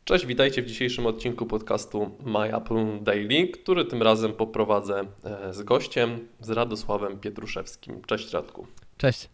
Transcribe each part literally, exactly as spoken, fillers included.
Cześć, witajcie w dzisiejszym odcinku podcastu My Apple Daily, który tym razem poprowadzę z gościem, z Radosławem Pietruszewskim. Cześć Radku. Cześć.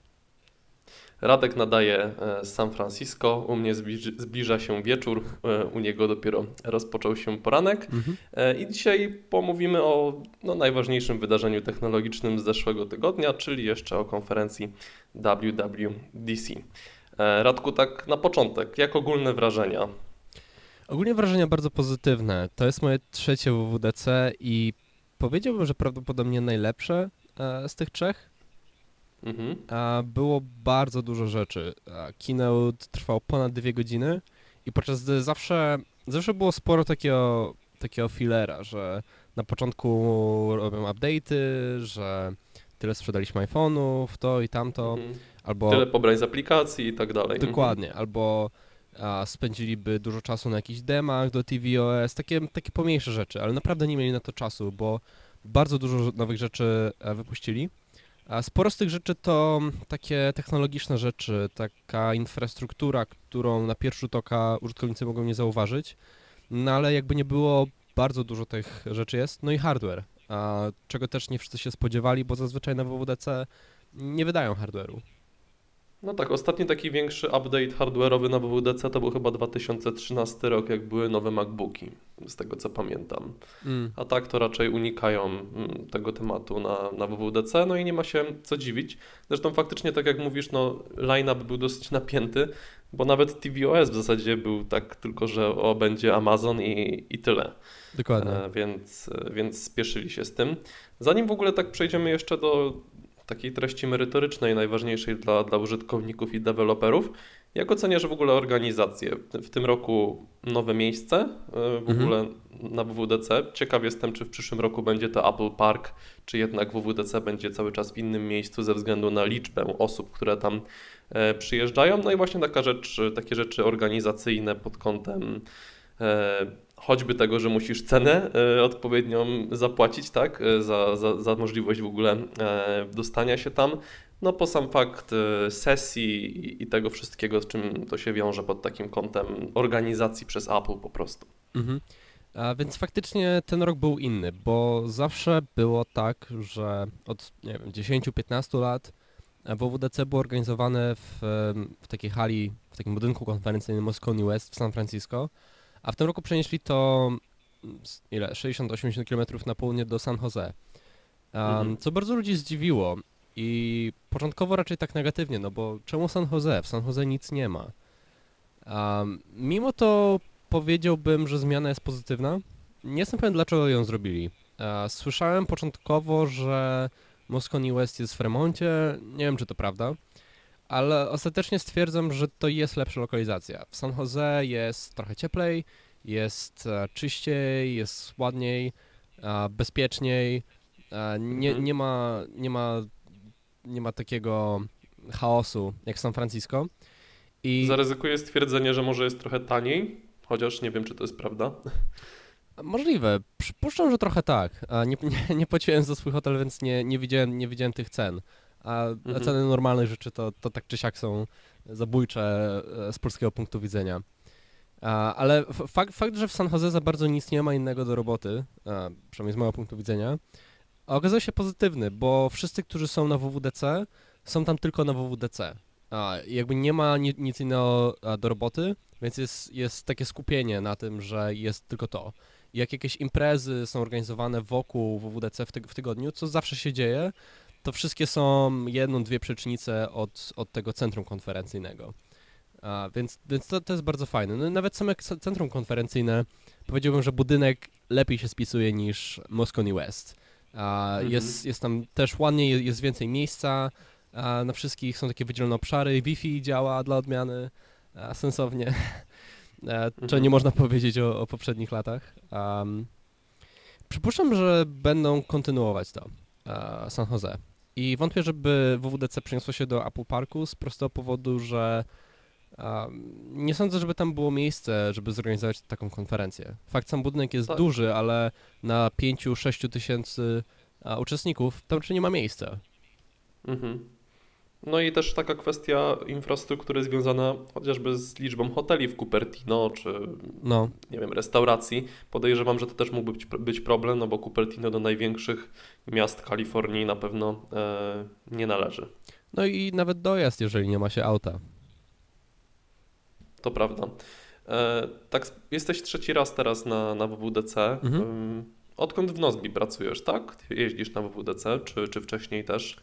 Radek nadaje z San Francisco, u mnie zbliży, zbliża się wieczór, u niego dopiero rozpoczął się poranek mhm. i dzisiaj pomówimy o no, najważniejszym wydarzeniu technologicznym z zeszłego tygodnia, czyli jeszcze o konferencji W W D C. Radku, tak na początek, jak ogólne wrażenia? Ogólnie wrażenia bardzo pozytywne. To jest moje trzecie W W D C i powiedziałbym, że prawdopodobnie najlepsze z tych trzech. Mhm. Było bardzo dużo rzeczy. Keynote trwał ponad dwie godziny i podczas gdy zawsze, zawsze było sporo takiego, takiego fillera, że na początku robią update'y, że tyle sprzedaliśmy iPhone'ów, to i tamto. Mhm. Albo tyle pobrań z aplikacji i tak dalej. Dokładnie, mhm. albo a, spędziliby dużo czasu na jakichś demach do tvOS, takie, takie pomniejsze rzeczy, ale naprawdę nie mieli na to czasu, bo bardzo dużo nowych rzeczy wypuścili. A sporo z tych rzeczy to takie technologiczne rzeczy, taka infrastruktura, którą na pierwszy rzut oka użytkownicy mogą nie zauważyć, no ale jakby nie było, bardzo dużo tych rzeczy jest, no i hardware, a, czego też nie wszyscy się spodziewali, bo zazwyczaj na W W D C nie wydają hardware'u. No tak, ostatni taki większy update hardware'owy na W W D C to był chyba dwa tysiące trzynasty rok, jak były nowe MacBooki, z tego co pamiętam. Mm. A tak to raczej unikają tego tematu na, na W W D C, no i nie ma się co dziwić. Zresztą faktycznie, tak jak mówisz, no line-up był dosyć napięty, bo nawet tvOS w zasadzie był tak tylko, że o, będzie Amazon i, i tyle. Dokładnie. E, więc, więc spieszyli się z tym. Zanim w ogóle tak przejdziemy jeszcze do takiej treści merytorycznej, najważniejszej dla, dla użytkowników i deweloperów. Jak oceniasz w ogóle organizację? W tym roku nowe miejsce w mhm. ogóle na W W D C. Ciekaw jestem, czy w przyszłym roku będzie to Apple Park, czy jednak W W D C będzie cały czas w innym miejscu ze względu na liczbę osób, które tam e, przyjeżdżają. No i właśnie taka rzecz, takie rzeczy organizacyjne pod kątem e, choćby tego, że musisz cenę e, odpowiednią zapłacić, tak, e, za, za, za możliwość w ogóle e, dostania się tam, no po sam fakt e, sesji i, i tego wszystkiego, z czym to się wiąże pod takim kątem organizacji przez Apple po prostu. Mhm. A więc faktycznie ten rok był inny, bo zawsze było tak, że od nie wiem, dziesięć do piętnastu lat W W D C było organizowane w, w takiej hali, w takim budynku konferencyjnym Moscone West w San Francisco, a w tym roku przenieśli to ile, sześćdziesiąt do osiemdziesięciu kilometrów na południe do San Jose, um, mhm. co bardzo ludzi zdziwiło i początkowo raczej tak negatywnie, no bo czemu San Jose? W San Jose nic nie ma. Um, mimo to powiedziałbym, że zmiana jest pozytywna. Nie jestem pewien, dlaczego ją zrobili. Uh, słyszałem początkowo, że Moscone West jest w remoncie, nie wiem, czy to prawda, ale ostatecznie stwierdzam, że to jest lepsza lokalizacja. W San Jose jest trochę cieplej, jest uh, czyściej, jest ładniej, uh, bezpieczniej, uh, nie, mhm. nie, ma, nie, ma, nie ma takiego chaosu jak w San Francisco. I zaryzykuję stwierdzenie, że może jest trochę taniej, chociaż nie wiem, czy to jest prawda. Możliwe. Przypuszczam, że trochę tak. Nie, nie, nie płaciłem za swój hotel, więc nie, nie, widziałem, nie widziałem tych cen. A mhm. ceny normalnych rzeczy to, to tak czy siak są zabójcze z polskiego punktu widzenia. Ale fakt, fakt, że w San Jose za bardzo nic nie ma innego do roboty, przynajmniej z mojego punktu widzenia, okazał się pozytywny, bo wszyscy, którzy są na W W D C, są tam tylko na W W D C. A, jakby nie ma ni- nic innego do roboty, więc jest, jest takie skupienie na tym, że jest tylko to. I jak jakieś imprezy są organizowane wokół W W D C w, ty- w tygodniu, co zawsze się dzieje, to wszystkie są jedną, dwie przecznice od, od tego centrum konferencyjnego. A, więc więc to, to jest bardzo fajne. No, nawet same centrum konferencyjne, powiedziałbym, że budynek lepiej się spisuje niż Moscone West. A, mhm. jest, jest tam też ładniej, jest więcej miejsca. A na wszystkich są takie wydzielone obszary, Wi-Fi działa dla odmiany a, sensownie, a, czego mhm. nie można powiedzieć o, o poprzednich latach. Um, przypuszczam, że będą kontynuować to a, San Jose i wątpię, żeby W W D C przeniosło się do Apple Parku z prostego powodu, że um, nie sądzę, żeby tam było miejsce, żeby zorganizować taką konferencję. Fakt, sam budynek jest tak. duży, ale na pięć do sześciu tysięcy a, uczestników tam czy nie ma miejsca. Mhm. No i też taka kwestia infrastruktury związana chociażby z liczbą hoteli w Cupertino, czy No. nie wiem, restauracji. Podejrzewam, że to też mógłby być, być problem, no bo Cupertino do największych miast Kalifornii na pewno e, nie należy. No i nawet dojazd, jeżeli nie ma się auta. To prawda. E, tak, s- jesteś trzeci raz teraz na, na W W D C. Mhm. Ym, Odkąd w Nozbi pracujesz, tak? Jeździsz na W W D C, czy, czy wcześniej też?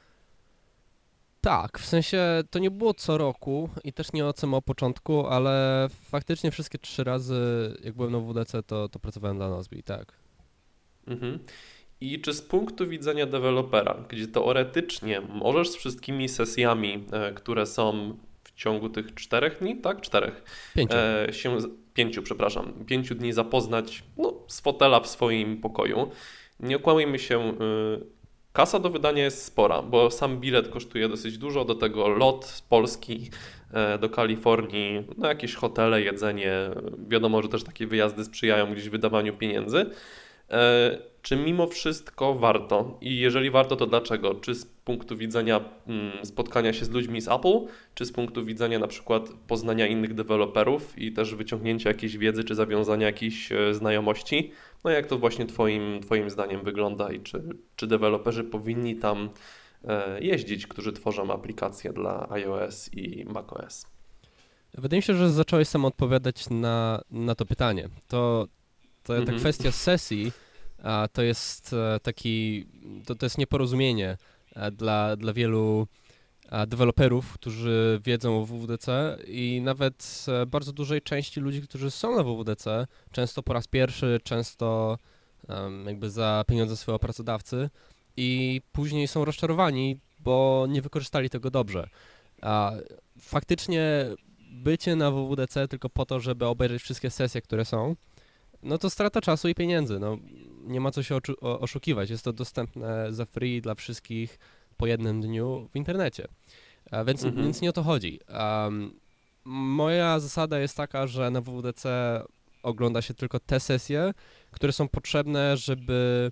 Tak, w sensie to nie było co roku i też nie od samego początku, ale faktycznie wszystkie trzy razy, jak byłem na W D C, to, to pracowałem dla Nozbi, tak. Mhm. I czy z punktu widzenia dewelopera, gdzie teoretycznie możesz z wszystkimi sesjami, e, które są w ciągu tych czterech dni, tak? Czterech, Pięciu. e, się, z- pięciu, przepraszam, pięciu dni zapoznać no, z fotela w swoim pokoju. Nie okłamujmy się, y, kasa do wydania jest spora, bo sam bilet kosztuje dosyć dużo, do tego lot z Polski e, do Kalifornii, no jakieś hotele, jedzenie, wiadomo, że też takie wyjazdy sprzyjają gdzieś wydawaniu pieniędzy. E, Czy mimo wszystko warto? I jeżeli warto, to dlaczego? Czy z punktu widzenia mm, spotkania się z ludźmi z Apple, czy z punktu widzenia na przykład poznania innych deweloperów i też wyciągnięcia jakiejś wiedzy, czy zawiązania jakichś e, znajomości? No jak to właśnie twoim, twoim zdaniem wygląda i czy, czy deweloperzy powinni tam e, jeździć, którzy tworzą aplikacje dla iOS i macOS? Wydaje mi się, że zacząłeś sam odpowiadać na, na to pytanie. To, to ta Mhm. kwestia sesji a, to jest e, taki, to, to jest nieporozumienie e, dla, dla wielu e, deweloperów, którzy wiedzą o W W D C i nawet e, bardzo dużej części ludzi, którzy są na W W D C, często po raz pierwszy, często em, jakby za pieniądze swojego pracodawcy i później są rozczarowani, bo nie wykorzystali tego dobrze. A faktycznie bycie na W W D C tylko po to, żeby obejrzeć wszystkie sesje, które są, no to strata czasu i pieniędzy. No, nie ma co się oczu- o- oszukiwać. Jest to dostępne za free dla wszystkich po jednym dniu w internecie. A więc, Mhm. więc nie o to chodzi. Um, moja zasada jest taka, że na W W D C ogląda się tylko te sesje, które są potrzebne, żeby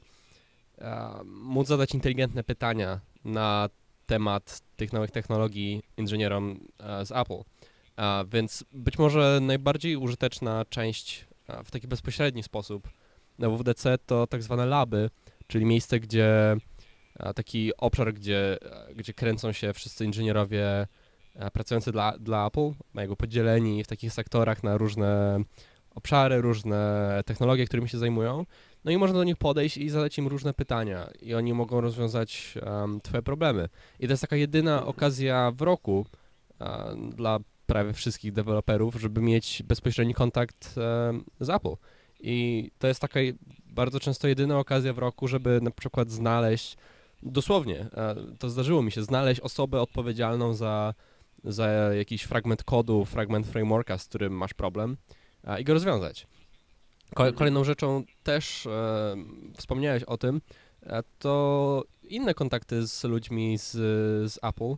e, móc zadać inteligentne pytania na temat tych nowych technologii inżynierom e, z Apple. A więc być może najbardziej użyteczna część a, w taki bezpośredni sposób na W W D C to tak zwane laby, czyli miejsce, gdzie a, taki obszar, gdzie, a, gdzie kręcą się wszyscy inżynierowie a, pracujący dla, dla Apple, mają go podzieleni w takich sektorach na różne obszary, różne technologie, którymi się zajmują. No i można do nich podejść i zadać im różne pytania i oni mogą rozwiązać um, twoje problemy. I to jest taka jedyna okazja w roku a, dla prawie wszystkich deweloperów, żeby mieć bezpośredni kontakt em, z Apple. I to jest taka bardzo często jedyna okazja w roku, żeby na przykład znaleźć, dosłownie, e, to zdarzyło mi się, znaleźć osobę odpowiedzialną za, za jakiś fragment kodu, fragment frameworka, z którym masz problem a, i go rozwiązać. Ko- Mhm. Kolejną rzeczą też e, wspomniałeś o tym, e, to inne kontakty z ludźmi z, z Apple,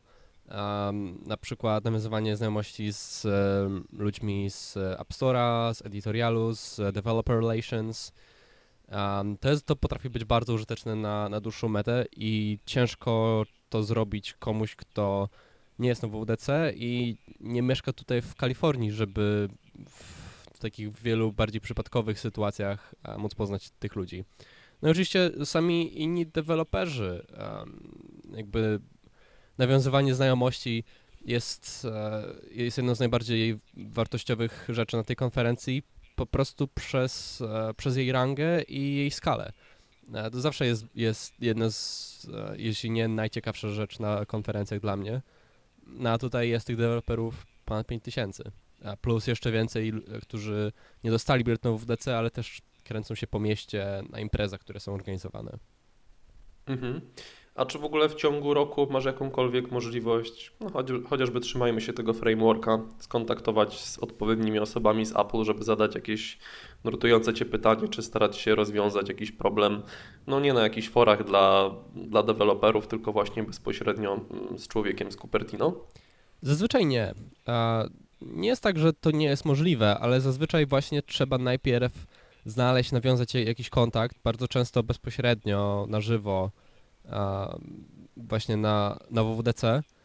um, na przykład nawiązywanie znajomości z em, ludźmi z App Store'a, z editorialu, z Developer Relations. Um, to, jest, to potrafi być bardzo użyteczne na, na dłuższą metę i ciężko to zrobić komuś, kto nie jest na W W D C i nie mieszka tutaj w Kalifornii, żeby w, w takich wielu bardziej przypadkowych sytuacjach a, móc poznać tych ludzi. No i oczywiście sami inni deweloperzy, um, jakby nawiązywanie znajomości jest, e, jest jedną z najbardziej wartościowych rzeczy na tej konferencji, po prostu przez, e, przez jej rangę i jej skalę. E, To zawsze jest, jest jedna z, e, jeśli nie najciekawsza rzecz na konferencjach dla mnie. No a tutaj jest tych deweloperów ponad pięć tysięcy, a plus jeszcze więcej, l- którzy nie dostali biletu w D C, ale też kręcą się po mieście na imprezach, które są organizowane. Mhm. A czy w ogóle w ciągu roku masz jakąkolwiek możliwość, no choć- chociażby trzymajmy się tego frameworka, skontaktować z odpowiednimi osobami z Apple, żeby zadać jakieś nurtujące Cię pytanie, czy starać się rozwiązać jakiś problem, no nie na jakichś forach dla, dla deweloperów, tylko właśnie bezpośrednio mm, z człowiekiem z Cupertino? Zazwyczaj nie. A nie jest tak, że to nie jest możliwe, ale zazwyczaj właśnie trzeba najpierw znaleźć, nawiązać ja- jakiś kontakt, bardzo często bezpośrednio, na żywo, a, właśnie na, na W W D C.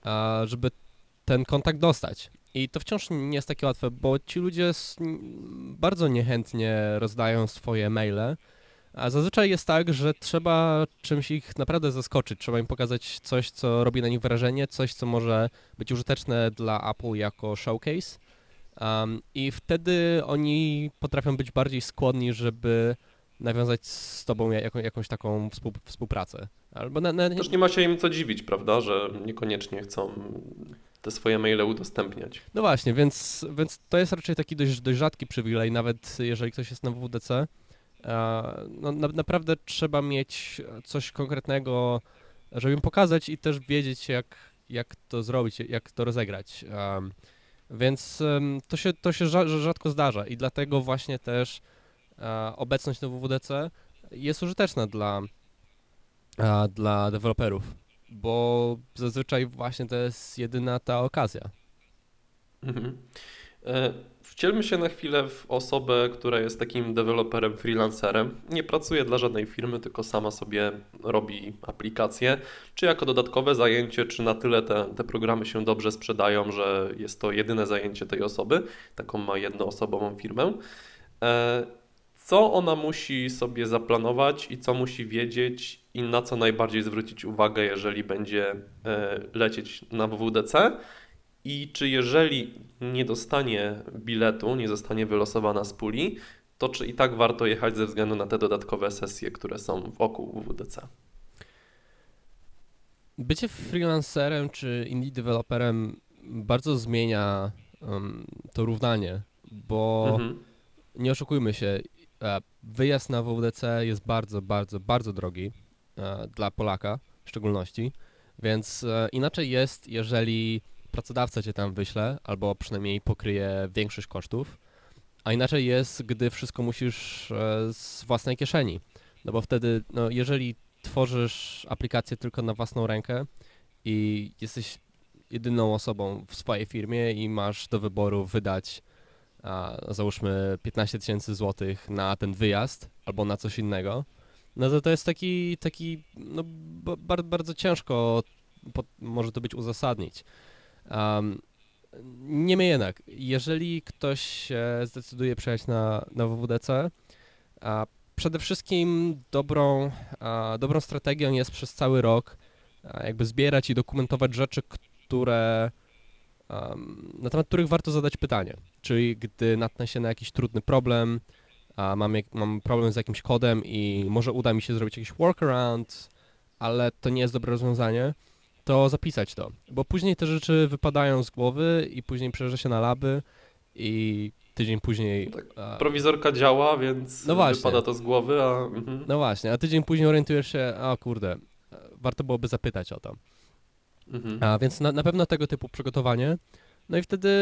a, żeby ten kontakt dostać. I to wciąż nie jest takie łatwe, bo ci ludzie s- n- bardzo niechętnie rozdają swoje maile, a zazwyczaj jest tak, że trzeba czymś ich naprawdę zaskoczyć, trzeba im pokazać coś, co robi na nich wrażenie, coś, co może być użyteczne dla Apple jako showcase. Um, I wtedy oni potrafią być bardziej skłonni, żeby nawiązać z tobą jaką, jakąś taką współ, współpracę. Albo na, na, Też nie ma się im co dziwić, prawda, że niekoniecznie chcą te swoje maile udostępniać. no właśnie, więc, więc to jest raczej taki dość, dość rzadki przywilej, nawet jeżeli ktoś jest na W W D C. E, no, na, naprawdę trzeba mieć coś konkretnego, żeby im pokazać i też wiedzieć, jak, jak to zrobić, jak to rozegrać. Um, więc um, to się, to się rza- rzadko zdarza i dlatego właśnie też e, obecność na W W D C jest użyteczna dla, e, dla deweloperów, bo zazwyczaj właśnie to jest jedyna ta okazja. Mhm. E, Wcielmy się na chwilę w osobę, która jest takim deweloperem, freelancerem. Nie pracuje dla żadnej firmy, tylko sama sobie robi aplikacje. Czy jako dodatkowe zajęcie, czy na tyle te, te programy się dobrze sprzedają, że jest to jedyne zajęcie tej osoby. Taką ma jednoosobową firmę. E, Co ona musi sobie zaplanować i co musi wiedzieć i na co najbardziej zwrócić uwagę, jeżeli będzie e, lecieć na W W D C? I czy jeżeli nie dostanie biletu, nie zostanie wylosowana z puli, to czy i tak warto jechać ze względu na te dodatkowe sesje, które są wokół W W D C? Bycie freelancerem czy indie deweloperem bardzo zmienia um, to równanie, bo Mhm. nie oszukujmy się, e, wyjazd na W W D C jest bardzo, bardzo, bardzo drogi e, dla Polaka w szczególności, więc e, inaczej jest, jeżeli pracodawca cię tam wyśle, albo przynajmniej pokryje większość kosztów, a inaczej jest, gdy wszystko musisz e, z własnej kieszeni, no bo wtedy, no jeżeli tworzysz aplikację tylko na własną rękę i jesteś jedyną osobą w swojej firmie i masz do wyboru wydać a, załóżmy piętnaście tysięcy złotych na ten wyjazd albo na coś innego, no to to jest taki, taki no, ba- bar- bardzo ciężko po, może to być uzasadnić. Um, Niemniej jednak, jeżeli ktoś się zdecyduje przejechać na, na W W D C, a przede wszystkim dobrą, a, dobrą strategią jest przez cały rok a, jakby zbierać i dokumentować rzeczy, które um, na temat których warto zadać pytanie. Czyli gdy natknę się na jakiś trudny problem, a mam, jak, mam problem z jakimś kodem i może uda mi się zrobić jakiś workaround, ale to nie jest dobre rozwiązanie, to zapisać to, bo później te rzeczy wypadają z głowy i później przejeżdża się na laby i tydzień później... Tak, A, prowizorka działa, więc no właśnie, wypada to z głowy, a mhm. no właśnie, a tydzień później orientujesz się, o kurde, warto byłoby zapytać o to. Mhm. A więc na, na pewno tego typu przygotowanie. No i wtedy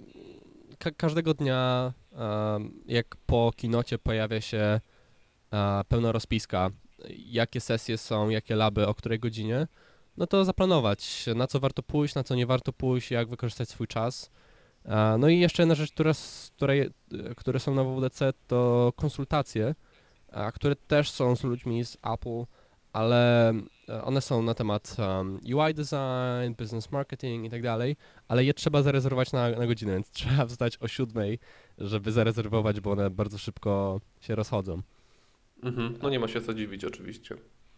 ka- każdego dnia, um, jak po kinocie pojawia się uh, pełna rozpiska, jakie sesje są, jakie laby, o której godzinie, no to zaplanować, na co warto pójść, na co nie warto pójść, jak wykorzystać swój czas. Uh, no i jeszcze jedna rzecz, która, s- której, które są na W W D C, to konsultacje, a, które też są z ludźmi z Apple, ale e, one są na temat um, U I design, business marketing i tak dalej, ale je trzeba zarezerwować na, na godzinę, więc trzeba wstać o siódmej, żeby zarezerwować, bo one bardzo szybko się rozchodzą. Mhm. No nie ma się co dziwić oczywiście.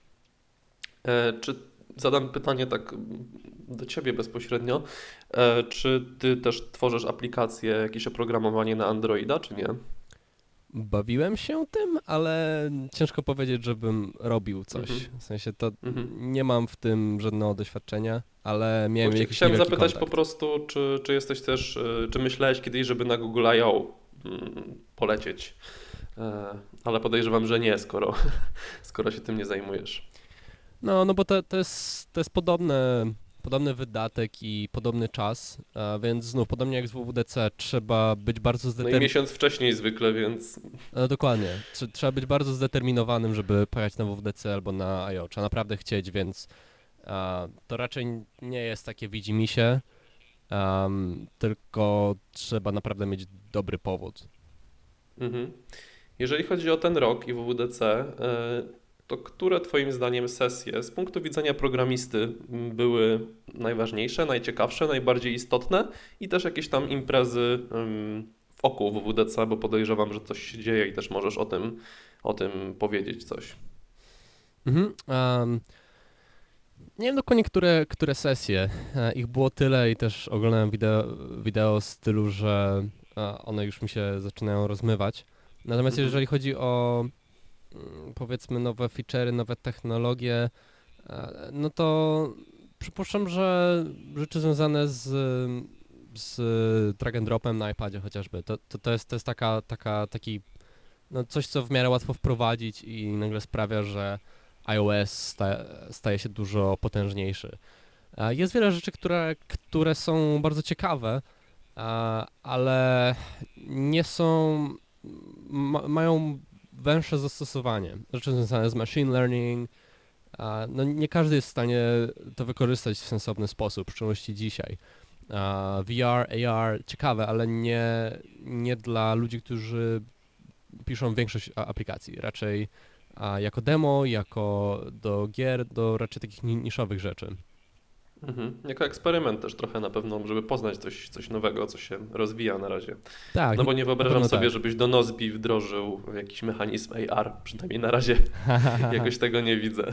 E, czy zadam pytanie tak do Ciebie bezpośrednio. E, czy Ty też tworzysz aplikacje, jakieś oprogramowanie na Androida, czy nie? Bawiłem się tym, ale ciężko powiedzieć, żebym robił coś. Mhm. W sensie to Mhm. nie mam w tym żadnego doświadczenia, ale miałem Bo chcia- jakiś Chciałem niewielki zapytać kontakt. po prostu, czy, czy jesteś też, e, czy myślałeś kiedyś, żeby na Google I O mm, polecieć? E, Ale podejrzewam, że nie, skoro, skoro się tym nie zajmujesz. No, no bo to, to jest, to jest podobne, podobny wydatek i podobny czas, a więc znów, podobnie jak z W W D C, trzeba być bardzo No i zdeterminowanym. miesiąc wcześniej zwykle, więc No, dokładnie, Trze- trzeba być bardzo zdeterminowanym, żeby pojechać na W W D C albo na I O. Trzeba naprawdę chcieć, więc a, to raczej nie jest takie widzimisię, um, tylko trzeba naprawdę mieć dobry powód. mhm. Jeżeli chodzi o ten rok i W W D C, e, to które Twoim zdaniem sesje z punktu widzenia programisty były najważniejsze, najciekawsze, najbardziej istotne i też jakieś tam imprezy wokół W W D C, bo podejrzewam, że coś się dzieje i też możesz o tym, o tym powiedzieć coś. Mhm. Um, nie wiem dokładnie, które, które sesje. E, Ich było tyle i też oglądałem wideo, wideo w stylu, że e, one już mi się zaczynają rozmywać. Natomiast Mhm. jeżeli chodzi o mm, powiedzmy nowe feature'y, nowe technologie, e, no to przypuszczam, że rzeczy związane z, z drag and dropem na iPadzie chociażby, to, to, to jest, to jest taka, taka, taki no coś, co w miarę łatwo wprowadzić i nagle sprawia, że iOS sta, staje się dużo potężniejszy. E, Jest wiele rzeczy, które, które są bardzo ciekawe, e, ale nie są, ma, mają węższe zastosowanie. Rzeczy związane z machine learning, e, no nie każdy jest w stanie to wykorzystać w sensowny sposób, w szczególności dzisiaj. E, V R, A R, ciekawe, ale nie, nie dla ludzi, którzy piszą większość a- aplikacji, raczej a, jako demo, jako do gier, do raczej takich ni- niszowych rzeczy. Mhm. Jako eksperyment też trochę na pewno, żeby poznać coś, coś nowego, co się rozwija na razie. Tak, No bo n- nie na wyobrażam pewno sobie, tak. żebyś do Nozbi wdrożył jakiś mechanizm A R, przynajmniej na razie jakoś tego nie widzę.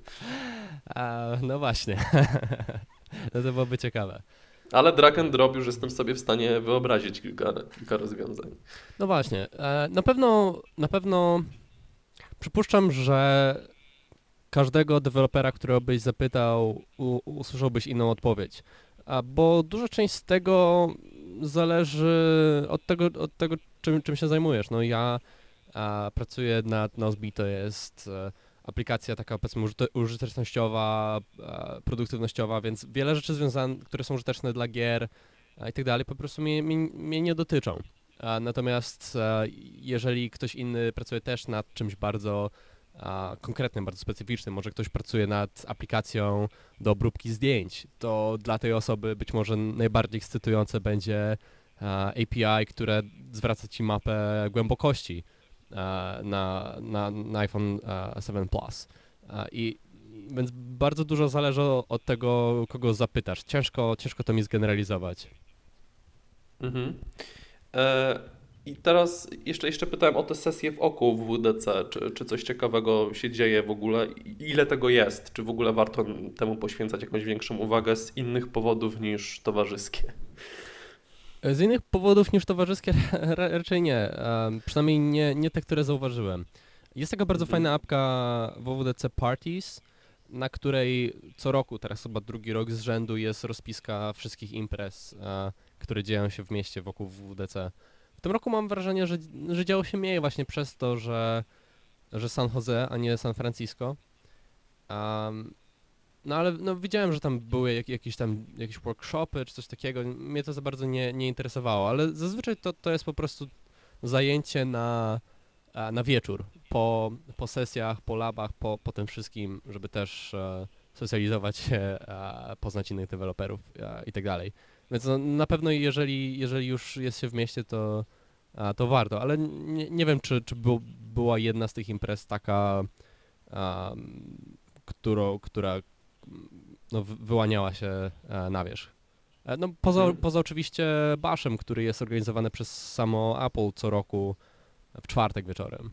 A, no właśnie, no to byłoby ciekawe. Ale drag and drop już jestem sobie w stanie wyobrazić kilka, kilka rozwiązań. No właśnie, e, na pewno, na pewno przypuszczam, że każdego dewelopera, którego byś zapytał, u, usłyszałbyś inną odpowiedź. A, bo duża część z tego zależy od tego, od tego czym, czym się zajmujesz. No ja a, pracuję nad Nozbi, to jest e, aplikacja taka powiedzmy użyte, użytecznościowa, e, produktywnościowa, więc wiele rzeczy związanych, które są użyteczne dla gier a, i tak dalej, po prostu mnie, mnie, mnie nie dotyczą. A, natomiast e, jeżeli ktoś inny pracuje też nad czymś bardzo a, konkretnym, bardzo specyficznym, może ktoś pracuje nad aplikacją do obróbki zdjęć, to dla tej osoby być może najbardziej ekscytujące będzie a, A P I, które zwraca ci mapę głębokości a, na, na, na iPhone a, siedem Plus. A, i, Więc bardzo dużo zależy od tego, kogo zapytasz. Ciężko, ciężko to mi zgeneralizować. Mhm. E, I teraz jeszcze, jeszcze pytałem o te sesje w oku w W D C. Czy, czy coś ciekawego się dzieje w ogóle? I ile tego jest? Czy w ogóle warto temu poświęcać jakąś większą uwagę z innych powodów niż towarzyskie? Z innych powodów niż towarzyskie ra, raczej nie, em, przynajmniej nie, nie te, które zauważyłem. Jest taka bardzo Mhm. fajna apka w W D C Parties, na której co roku, teraz chyba drugi rok z rzędu jest rozpiska wszystkich imprez, e, które dzieją się w mieście wokół W D C. W tym roku mam wrażenie, że, że działo się mniej właśnie przez to, że, że San Jose, a nie San Francisco. Em, no ale no, widziałem, że tam były jak, jakieś tam jakieś workshopy czy coś takiego. Mnie to za bardzo nie, nie interesowało, ale zazwyczaj to, to jest po prostu zajęcie na, a, na wieczór, po, po sesjach, po labach, po, po tym wszystkim, żeby też e, socjalizować się, a, poznać innych deweloperów a, i tak dalej. Więc no, na pewno jeżeli, jeżeli już jest się w mieście, to, a, to warto, ale nie, nie wiem, czy, czy był, była jedna z tych imprez taka, a, którą, która no, wy- wyłaniała się e, na wierzch. E, No, poza, Mhm. poza oczywiście Bashem, który jest organizowany przez samo Apple co roku w czwartek wieczorem.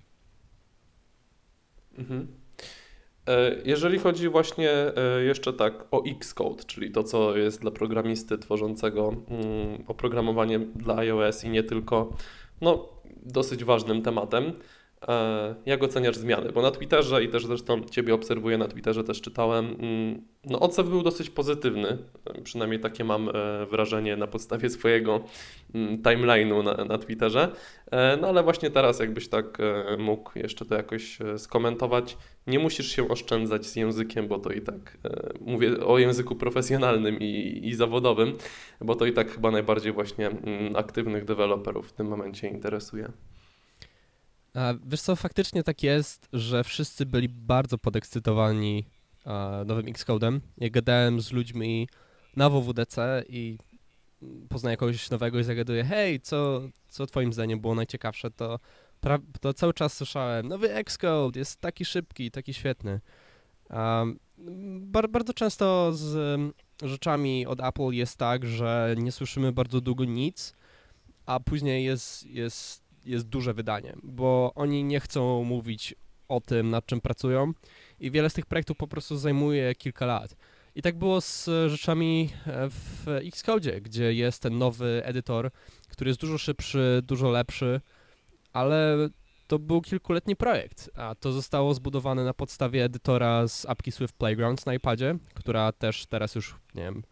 Mhm. E, Jeżeli chodzi właśnie e, jeszcze tak o Xcode, czyli to, co jest dla programisty tworzącego mm, oprogramowanie dla iOS i nie tylko, no dosyć ważnym tematem. E, Jak oceniasz zmiany? Bo na Twitterze i też zresztą Ciebie obserwuję na Twitterze, też czytałem, mm, no odzew był dosyć pozytywny, e, przynajmniej takie mam e, wrażenie na podstawie swojego mm, timeline'u na, na Twitterze. E, No ale właśnie teraz jakbyś tak e, mógł jeszcze to jakoś e, skomentować. Nie musisz się oszczędzać z językiem, bo to i tak e, mówię o języku profesjonalnym i, i zawodowym, bo to i tak chyba najbardziej właśnie mm, aktywnych deweloperów w tym momencie interesuje. A wiesz co, faktycznie tak jest, że wszyscy byli bardzo podekscytowani e, nowym Xcode'em. Jak gadałem z ludźmi na W W D C i poznaję kogoś nowego i zagaduję, hej, co, co twoim zdaniem było najciekawsze, to pra- to cały czas słyszałem, nowy Xcode jest taki szybki, taki świetny. Um, bar- bardzo często z um, rzeczami od Apple jest tak, że nie słyszymy bardzo długo nic, a później jest, jest, jest duże wydanie, bo oni nie chcą mówić o tym, nad czym pracują i wiele z tych projektów po prostu zajmuje kilka lat. I tak było z rzeczami w Xcode, gdzie jest ten nowy edytor, który jest dużo szybszy, dużo lepszy, ale to był kilkuletni projekt, a to zostało zbudowane na podstawie edytora z apki Swift Playground na iPadzie, która też teraz już, nie wiem,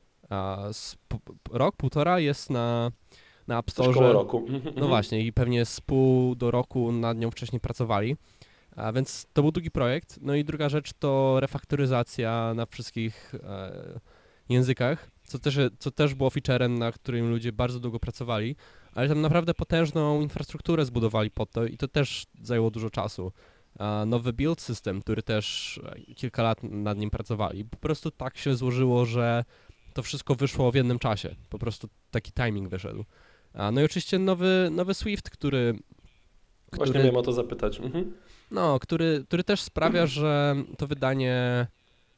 a z po, rok, półtora jest na, na App Coś koło Store. roku. No właśnie i pewnie z pół do roku nad nią wcześniej pracowali, a więc to był długi projekt. No i druga rzecz to refaktoryzacja na wszystkich e, językach, co też, co też było featurem, na którym ludzie bardzo długo pracowali, ale tam naprawdę potężną infrastrukturę zbudowali pod to i to też zajęło dużo czasu. A nowy build system, który też e, kilka lat nad nim pracowali. Po prostu tak się złożyło, że to wszystko wyszło w jednym czasie. Po prostu taki timing wyszedł. A, no i oczywiście nowy, nowy Swift, który... Właśnie który miałem o to zapytać. Mhm. no, który, który też sprawia, że to wydanie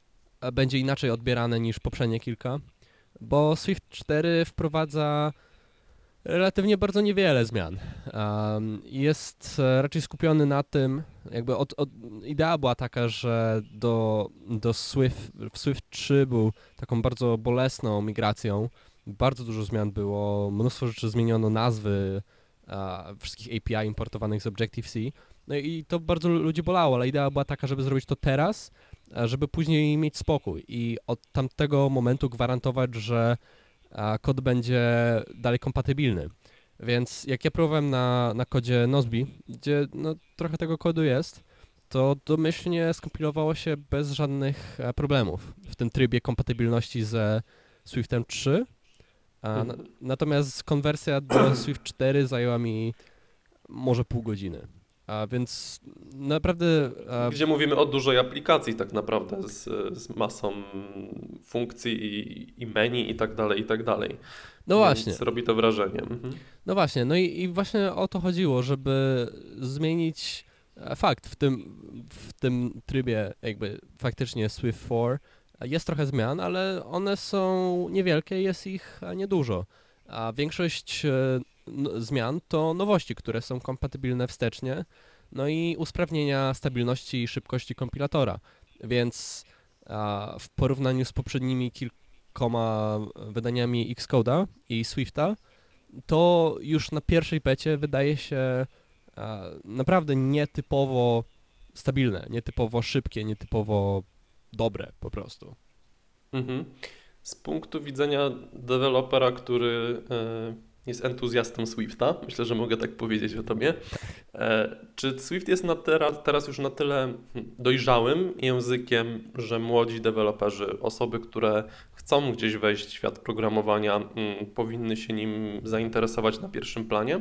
e, będzie inaczej odbierane niż poprzednie kilka, bo Swift cztery wprowadza relatywnie bardzo niewiele zmian. Um, jest e, raczej skupiony na tym, jakby od, od, idea była taka, że do, do Swift, w Swift trzy był taką bardzo bolesną migracją. Bardzo dużo zmian było, mnóstwo rzeczy zmieniono, nazwy a, wszystkich A P I importowanych z Objective-C. No i to bardzo ludzi bolało, ale idea była taka, żeby zrobić to teraz, a żeby później mieć spokój i od tamtego momentu gwarantować, że a, kod będzie dalej kompatybilny. Więc jak ja próbowałem na, na kodzie Nozbe, gdzie no, trochę tego kodu jest, to domyślnie skompilowało się bez żadnych e, problemów w tym trybie kompatybilności ze Swiftem trzy. A, na, natomiast konwersja do Swift cztery zajęła mi może pół godziny. A więc naprawdę... A, Gdzie mówimy o dużej aplikacji tak naprawdę z, z masą funkcji i, i menu i tak dalej, i tak dalej. no Więc właśnie, robi to wrażenie. Mhm. no właśnie, no i, i właśnie o to chodziło, żeby zmienić e, fakt w tym, w tym trybie jakby faktycznie Swift cztery jest trochę zmian, ale one są niewielkie, jest ich e, niedużo. A większość e, no, zmian to nowości, które są kompatybilne wstecznie, no i usprawnienia stabilności i szybkości kompilatora. Więc a, w porównaniu z poprzednimi kilkoma wydaniami Xcode'a i Swifta, to już na pierwszej becie wydaje się a, naprawdę nietypowo stabilne, nietypowo szybkie, nietypowo dobre po prostu. Mhm. Z punktu widzenia dewelopera, który e, jest entuzjastą Swifta, myślę, że mogę tak powiedzieć o tobie, e, czy Swift jest na teraz, teraz już na tyle dojrzałym językiem, że młodzi deweloperzy, osoby, które chcą gdzieś wejść w świat programowania, m, powinny się nim zainteresować na pierwszym planie?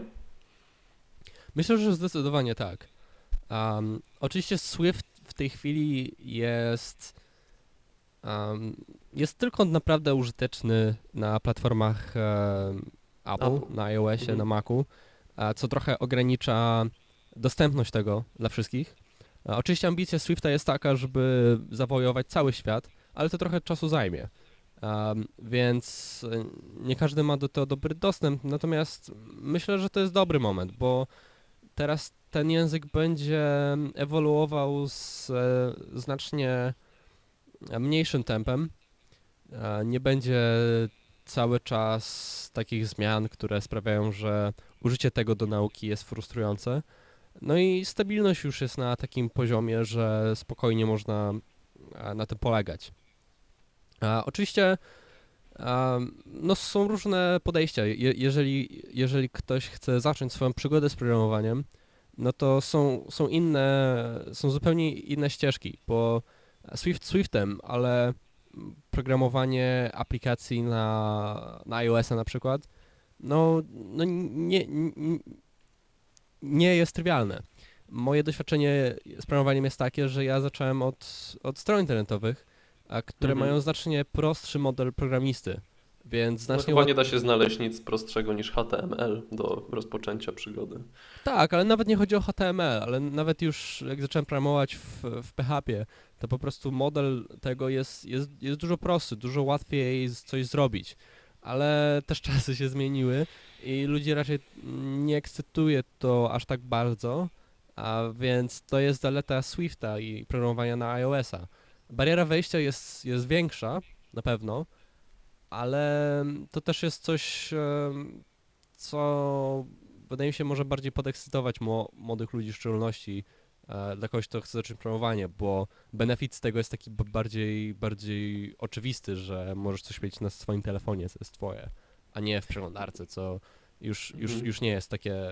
Myślę, że zdecydowanie tak. Um, oczywiście Swift w tej chwili jest um, jest tylko naprawdę użyteczny na platformach um, Apple, Apple. na iOSie, Mhm. na Macu, a co trochę ogranicza dostępność tego dla wszystkich. A oczywiście ambicja Swifta jest taka, żeby zawojować cały świat, ale to trochę czasu zajmie. Um, więc y, nie każdy ma do tego dobry dostęp, natomiast myślę, że to jest dobry moment, bo teraz ten język będzie ewoluował z e, znacznie mniejszym tempem. E, nie będzie cały czas takich zmian, które sprawiają, że użycie tego do nauki jest frustrujące. No i stabilność już jest na takim poziomie, że spokojnie można e, na tym polegać. A oczywiście a, no są różne podejścia. Je, jeżeli, jeżeli ktoś chce zacząć swoją przygodę z programowaniem, no to są, są inne, są zupełnie inne ścieżki, bo Swift Swiftem, ale programowanie aplikacji na, na iOS-a na przykład, no, no nie, nie, nie jest trywialne. Moje doświadczenie z programowaniem jest takie, że ja zacząłem od, od stron internetowych, a które Mhm. mają znacznie prostszy model programisty, Więc No znacznie chyba łat... nie da się znaleźć nic prostszego niż H T M L do rozpoczęcia przygody. Tak, ale nawet nie chodzi o H T M L, ale nawet już jak zacząłem programować w, w P H P, to po prostu model tego jest, jest, jest dużo prostszy, dużo łatwiej z- coś zrobić. Ale też czasy się zmieniły i ludzi raczej nie ekscytuje to aż tak bardzo, a więc to jest zaleta Swifta i programowania na iOS-a. Bariera wejścia jest, jest większa, na pewno, ale to też jest coś, em, co wydaje mi się może bardziej podekscytować mo- młodych ludzi w szczególności, e, dla kogoś, kto chce zacząć programowanie, bo benefit z tego jest taki b- bardziej, bardziej oczywisty, że możesz coś mieć na swoim telefonie, co jest twoje, a nie w przeglądarce, co już, już, Mhm. już nie jest takie,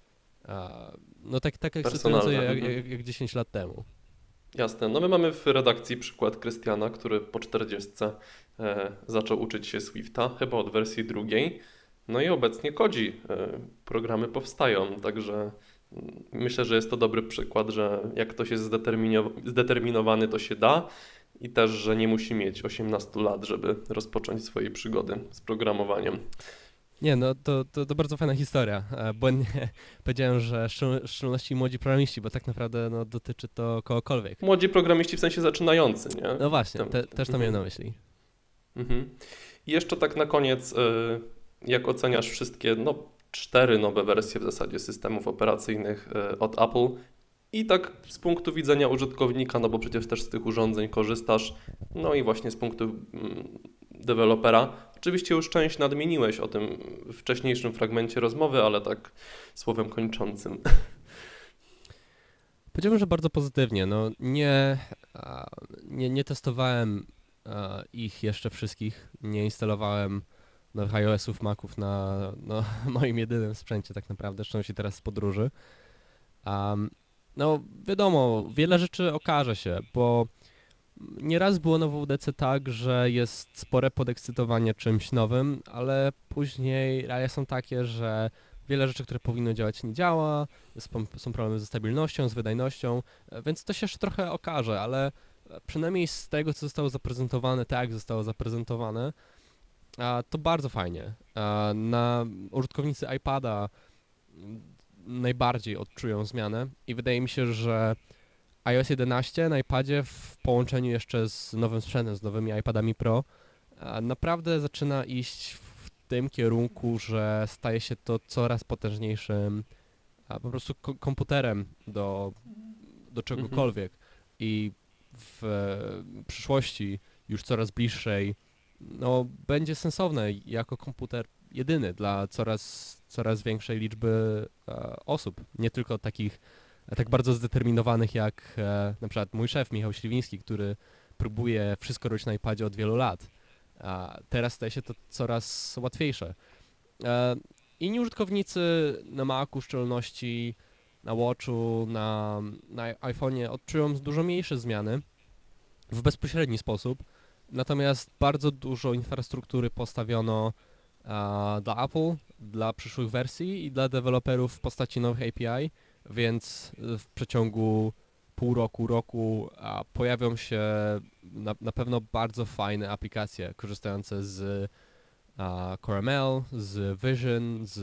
a, no tak, tak ekscytujące Personalne. jak, Mhm. jak, jak dziesięć lat temu. Jasne. No my mamy w redakcji przykład Krystiana, który po czterdziestce e, zaczął uczyć się Swifta, chyba od wersji drugiej. No i obecnie kodzi. E, programy powstają, także mm, myślę, że jest to dobry przykład, że jak ktoś jest zdeterminio- zdeterminowany, to się da i też, że nie musi mieć osiemnastu lat, żeby rozpocząć swojej przygody z programowaniem. Nie, no to, to, to bardzo fajna historia. E, Błędnie powiedziałem, że szczegól- w szczególności młodzi programiści, bo tak naprawdę no, dotyczy to kogokolwiek. Młodzi programiści w sensie zaczynający, nie? No właśnie, Tym- te, tym. też to Mhm. miałem na myśli. Mhm. I jeszcze tak na koniec, y, jak oceniasz wszystkie, no cztery nowe wersje w zasadzie systemów operacyjnych y, od Apple i tak z punktu widzenia użytkownika, no bo przecież też z tych urządzeń korzystasz, no i właśnie z punktu mm, dewelopera. Oczywiście już część nadmieniłeś o tym w wcześniejszym fragmencie rozmowy, ale tak słowem kończącym. Powiedziałbym, że bardzo pozytywnie. No, nie, a, nie, nie testowałem a, ich jeszcze wszystkich. Nie instalowałem nowych iOS-ów, Maców na no, moim jedynym sprzęcie tak naprawdę, w szczególności teraz z podróży. Um, no wiadomo, wiele rzeczy okaże się, bo nieraz było na W W D C tak, że jest spore podekscytowanie czymś nowym, ale później realia są takie, że wiele rzeczy, które powinno działać, nie działa, jest, są problemy ze stabilnością, z wydajnością, e, więc to się jeszcze trochę okaże, ale e, przynajmniej z tego, co zostało zaprezentowane, tak jak zostało zaprezentowane, a, to bardzo fajnie. A, na użytkownicy iPada m, najbardziej odczują zmianę i wydaje mi się, że iOS jedenaście na iPadzie w połączeniu jeszcze z nowym sprzętem, z nowymi iPadami Pro, a, naprawdę zaczyna iść w tym kierunku, że staje się to coraz potężniejszym a, po prostu ko- komputerem do, do Mhm. czegokolwiek i w e, przyszłości już coraz bliższej no, będzie sensowne jako komputer jedyny dla coraz, coraz większej liczby e, osób, nie tylko takich e, tak bardzo zdeterminowanych jak e, na przykład mój szef Michał Śliwiński, który próbuje wszystko robić na iPadzie od wielu lat. A teraz staje się to coraz łatwiejsze. E, inni użytkownicy na Macu w szczególności, na Watchu, na, na iPhone'ie odczują dużo mniejsze zmiany w bezpośredni sposób, natomiast bardzo dużo infrastruktury postawiono a, dla Apple, dla przyszłych wersji i dla deweloperów w postaci nowych A P I, więc y, w przeciągu pół roku, roku a, pojawią się na, na pewno bardzo fajne aplikacje korzystające z a, Core M L, z Vision, z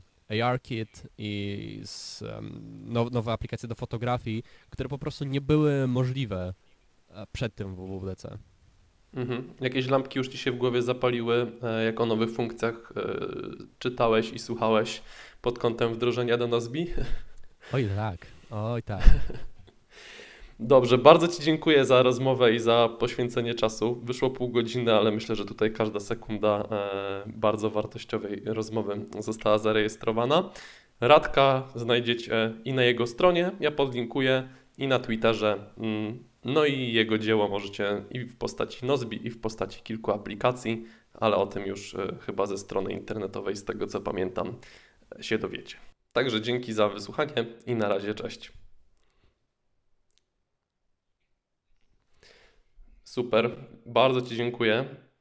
ARKit i z um, now, nowe aplikacje do fotografii, które po prostu nie były możliwe e, przed tym w W W D C. Mhm. Jakieś lampki już Ci się w głowie zapaliły, e, jak o nowych funkcjach e, czytałeś i słuchałeś pod kątem wdrożenia do Nozbi? Oj tak, oj tak. Dobrze, bardzo Ci dziękuję za rozmowę i za poświęcenie czasu. Wyszło pół godziny, ale myślę, że tutaj każda sekunda e, bardzo wartościowej rozmowy została zarejestrowana. Radka znajdziecie i na jego stronie, ja podlinkuję, i na Twitterze. Mm, No i jego dzieło możecie i w postaci Nozbi, i w postaci kilku aplikacji, ale o tym już e, chyba ze strony internetowej, z tego co pamiętam, się dowiecie. Także dzięki za wysłuchanie i na razie, cześć. Super, bardzo Ci dziękuję.